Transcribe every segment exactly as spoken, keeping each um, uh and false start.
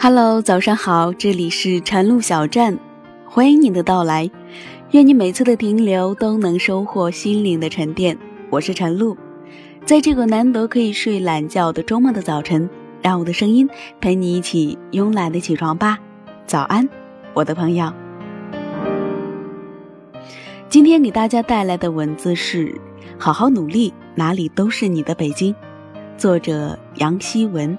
Hello， 早上好，这里是晨露小站，欢迎你的到来。愿你每次的停留都能收获心灵的沉淀。我是晨露，在这个难得可以睡懒觉的周末的早晨，让我的声音陪你一起慵懒的起床吧。早安，我的朋友。今天给大家带来的文字是好好努力，哪里都是你的北京，作者杨希文。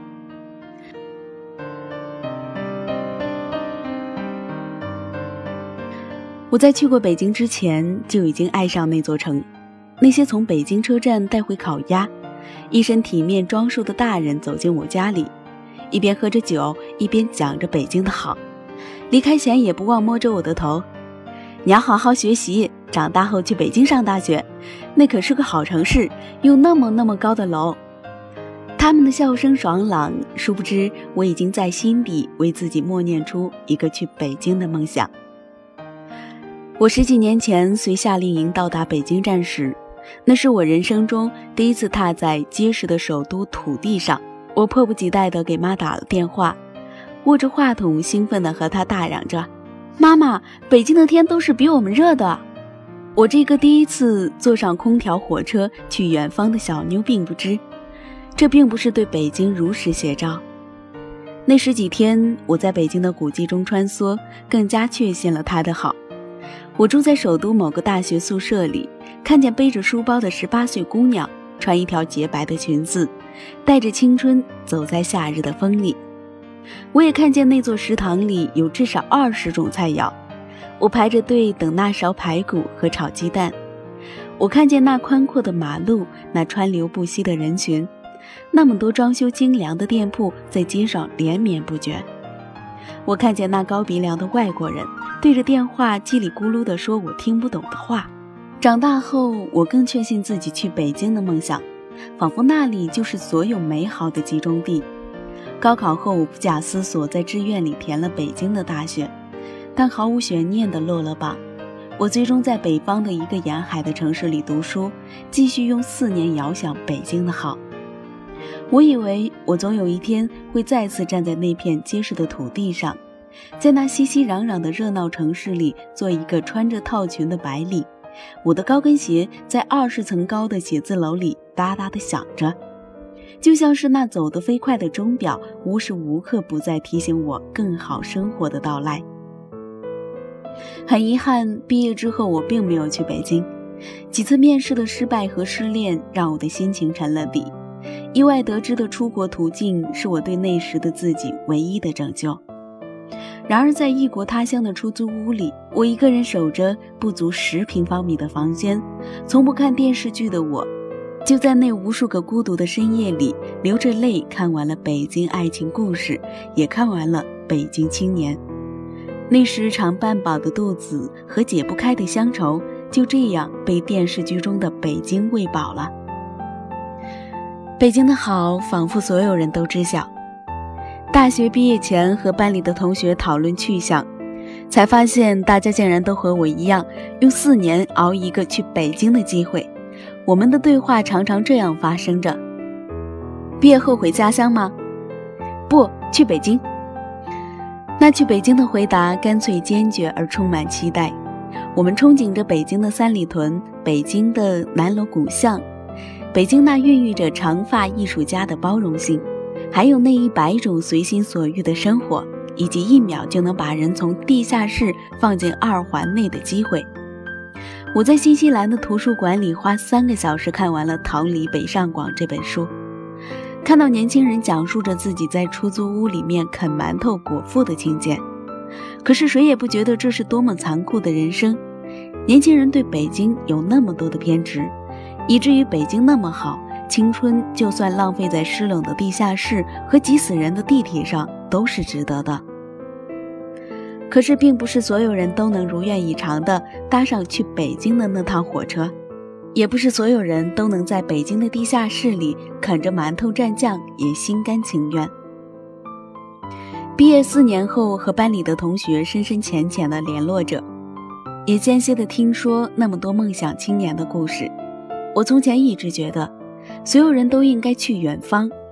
我在去过北京之前就已经爱上那座城，那些从北京车站带回烤鸭，一身体面装束的大人走进我家里，一边喝着酒一边讲着北京的好，离开前也不忘摸着我的头，你要好好学习，长大后去北京上大学，那可是个好城市，有那么那么高的楼。他们的笑声爽朗，殊不知我已经在心底为自己默念出一个去北京的梦想。我十几年前随夏令营到达北京站时，那是我人生中第一次踏在结实的首都土地上。我迫不及待地给妈打了电话，握着话筒兴奋地和她大嚷着，妈妈，北京的天都是比我们热的。我这个第一次坐上空调火车去远方的小妞并不知，这并不是对北京如实写照。那十几天我在北京的古迹中穿梭，更加确信了它的好。我住在首都某个大学宿舍里，看见背着书包的十八岁姑娘穿一条洁白的裙子，带着青春走在夏日的风里。我也看见那座食堂里有至少二十种菜肴，我排着队等那勺排骨和炒鸡蛋。我看见那宽阔的马路，那川流不息的人群，那么多装修精良的店铺在街上连绵不绝。我看见那高鼻梁的外国人对着电话叽里咕噜地说我听不懂的话。长大后我更确信自己去北京的梦想，仿佛那里就是所有美好的集中地。高考后我不假思索在志愿里填了北京的大学，但毫无悬念地落了榜。我最终在北方的一个沿海的城市里读书，继续用四年遥想北京的好。我以为我总有一天会再次站在那片结实的土地上，在那熙熙攘攘的热闹城市里做一个穿着套裙的白领，我的高跟鞋在二十层高的写字楼里哒哒地响着，就像是那走得飞快的钟表，无时无刻不在提醒我更好生活的到来。很遗憾，毕业之后我并没有去北京，几次面试的失败和失恋让我的心情沉了底。意外得知的出国途径是我对那时的自己唯一的拯救。然而在异国他乡的出租屋里，我一个人守着不足十平方米的房间，从不看电视剧的我，就在那无数个孤独的深夜里，流着泪看完了北京爱情故事，也看完了北京青年。那时常半饱的肚子和解不开的乡愁，就这样被电视剧中的北京喂饱了。北京的好仿佛所有人都知晓。大学毕业前和班里的同学讨论去向，才发现大家竟然都和我一样，用四年熬一个去北京的机会。我们的对话常常这样发生着：毕业后回家乡吗？不，去北京。那去北京的回答干脆坚决而充满期待。我们憧憬着北京的三里屯，北京的南锣鼓巷，北京那孕育着长发艺术家的包容性，还有那一百种随心所欲的生活，以及一秒就能把人从地下室放进二环内的机会。我在新西兰的图书馆里花三个小时看完了《逃离北上广》这本书，看到年轻人讲述着自己在出租屋里面啃馒头果腹的情节，可是谁也不觉得这是多么残酷的人生。年轻人对北京有那么多的偏执，以至于北京那么好，青春就算浪费在湿冷的地下室和挤死人的地铁上都是值得的。可是并不是所有人都能如愿以偿地搭上去北京的那趟火车，也不是所有人都能在北京的地下室里啃着馒头蘸酱也心甘情愿。毕业四年后，和班里的同学深深浅浅地联络着，也间歇地听说那么多梦想青年的故事。我从前一直觉得所有人都应该去远方，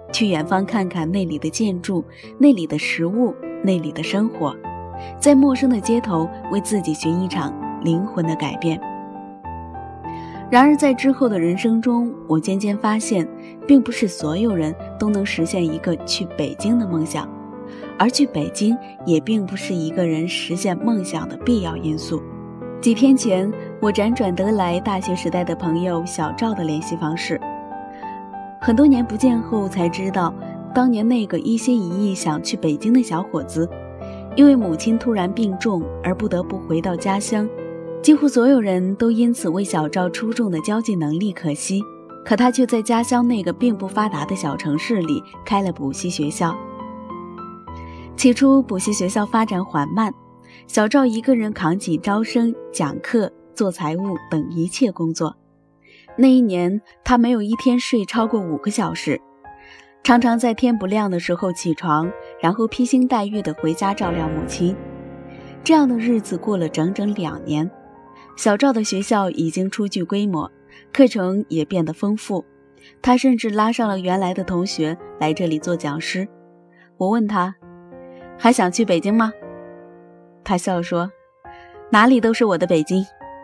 去远方看看那里的建筑，那里的食物，那里的生活，在陌生的街头为自己寻一场灵魂的改变。然而在之后的人生中，我渐渐发现，并不是所有人都能实现一个去北京的梦想，而去北京也并不是一个人实现梦想的必要因素。几天前，我辗转得来大学时代的朋友小赵的联系方式，很多年不见后才知道，当年那个一心一意想去北京的小伙子，因为母亲突然病重而不得不回到家乡。几乎所有人都因此为小赵出众的交际能力可惜，可他却在家乡那个并不发达的小城市里开了补习学校。起初补习学校发展缓慢，小赵一个人扛起招生、讲课、做财务等一切工作。那一年他没有一天睡超过五个小时，常常在天不亮的时候起床，然后披星戴月地回家照料母亲。这样的日子过了整整两年，小赵的学校已经初具规模，课程也变得丰富，他甚至拉上了原来的同学来这里做讲师。我问他，还想去北京吗？他笑说，哪里都是我的北京。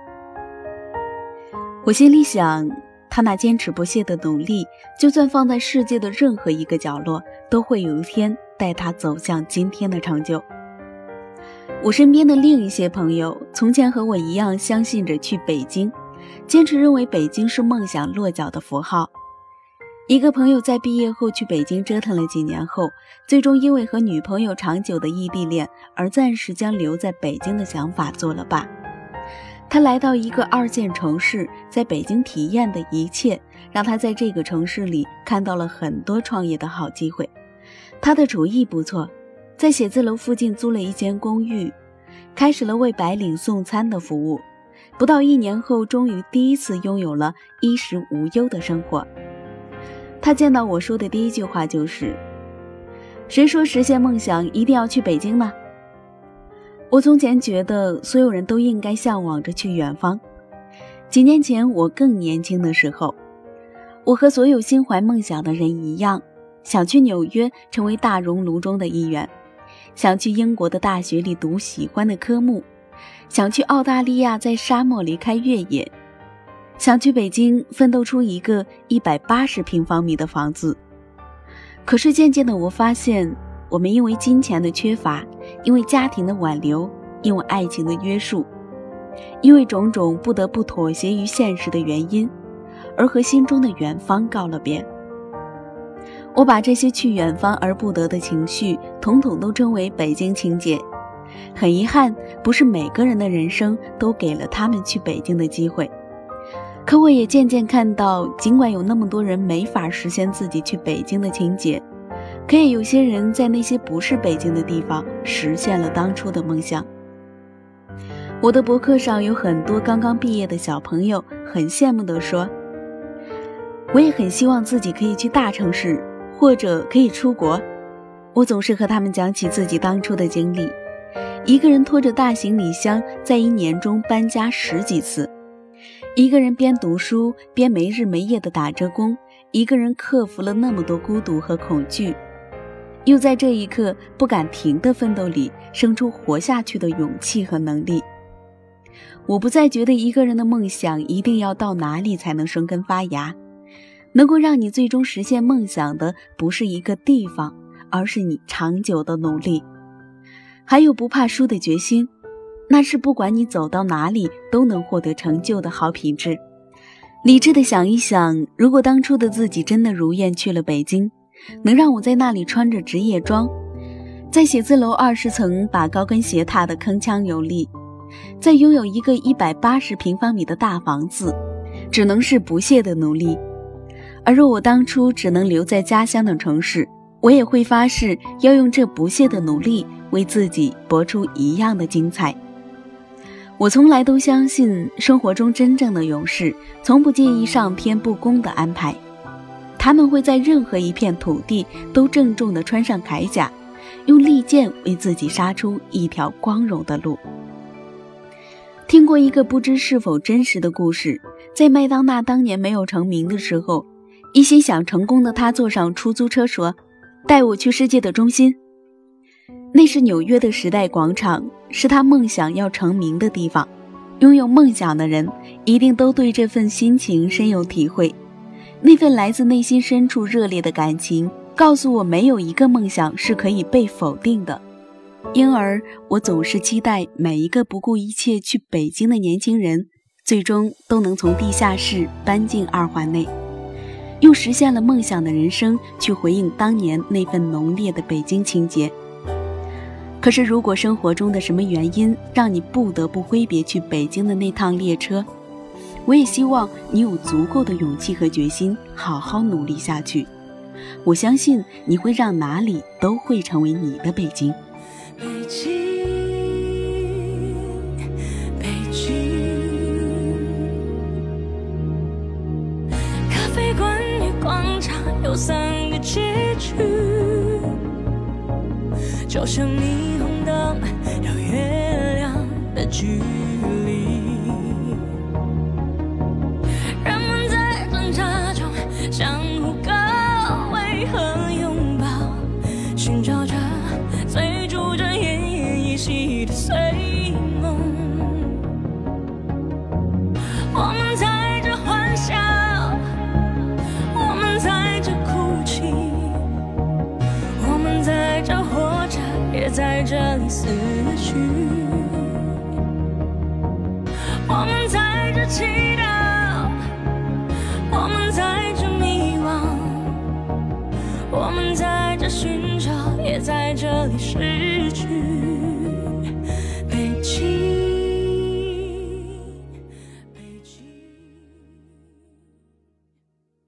我心里想，他那坚持不懈的努力，就算放在世界的任何一个角落，都会有一天带他走向今天的成就。我身边的另一些朋友，从前和我一样相信着去北京，坚持认为北京是梦想落脚的符号。一个朋友在毕业后去北京折腾了几年后，最终因为和女朋友长久的异地恋而暂时将留在北京的想法做了罢。他来到一个二线城市，在北京体验的一切，让他在这个城市里看到了很多创业的好机会。他的主意不错，在写字楼附近租了一间公寓，开始了为白领送餐的服务。不到一年后，终于第一次拥有了衣食无忧的生活。他见到我说的第一句话就是，谁说实现梦想一定要去北京呢？我从前觉得所有人都应该向往着去远方。几年前我更年轻的时候，我和所有心怀梦想的人一样，想去纽约成为大熔炉中的一员，想去英国的大学里读喜欢的科目，想去澳大利亚在沙漠里开越野，想去北京奋斗出一个一百八十平方米的房子。可是渐渐的我发现，我们因为金钱的缺乏，因为家庭的挽留，因为爱情的约束，因为种种不得不妥协于现实的原因，而和心中的远方告了别。我把这些去远方而不得的情绪统统都称为北京情结。很遗憾，不是每个人的人生都给了他们去北京的机会。可我也渐渐看到，尽管有那么多人没法实现自己去北京的情结，可也有些人在那些不是北京的地方实现了当初的梦想。我的博客上有很多刚刚毕业的小朋友很羡慕地说，我也很希望自己可以去大城市，或者可以出国。我总是和他们讲起自己当初的经历，一个人拖着大行李箱在一年中搬家十几次，一个人边读书边没日没夜地打着工，一个人克服了那么多孤独和恐惧，又在这一刻不敢停的奋斗里生出活下去的勇气和能力。我不再觉得一个人的梦想一定要到哪里才能生根发芽，能够让你最终实现梦想的不是一个地方，而是你长久的努力，还有不怕输的决心，那是不管你走到哪里都能获得成就的好品质。理智的想一想，如果当初的自己真的如愿去了北京，能让我在那里穿着职业装，在写字楼二十层把高跟鞋踏得铿锵有力，再拥有一个一百八十平方米的大房子，只能是不懈的努力。而若我当初只能留在家乡的城市，我也会发誓要用这不懈的努力为自己搏出一样的精彩。我从来都相信，生活中真正的勇士从不介意上天不公的安排，他们会在任何一片土地都郑重地穿上铠甲，用利剑为自己杀出一条光荣的路。听过一个不知是否真实的故事，在麦当娜当年没有成名的时候， 一心想成功的他坐上出租车说，带我去世界的中心。那是纽约的时代广场，是他梦想要成名的地方。拥有梦想的人一定都对这份心情深有体会，那份来自内心深处热烈的感情告诉我，没有一个梦想是可以被否定的。因而我总是期待每一个不顾一切去北京的年轻人，最终都能从地下室搬进二环内，用实现了梦想的人生去回应当年那份浓烈的北京情结。可是如果生活中的什么原因让你不得不挥别去北京的那趟列车，我也希望你有足够的勇气和决心，好好努力下去。我相信你会让哪里都会成为你的北京。 北京，北京，咖啡馆与广场有三个街区，就像霓虹灯有月亮的距离，人们在挣扎中相互告慰和拥抱，寻找着追逐着奄奄一息的碎梦。我们在这欢笑，我们在这哭泣，我们在这活着，也在这里死去。我们在这祈祷，我们在这迷惘，我们在这寻找，也在这里失去。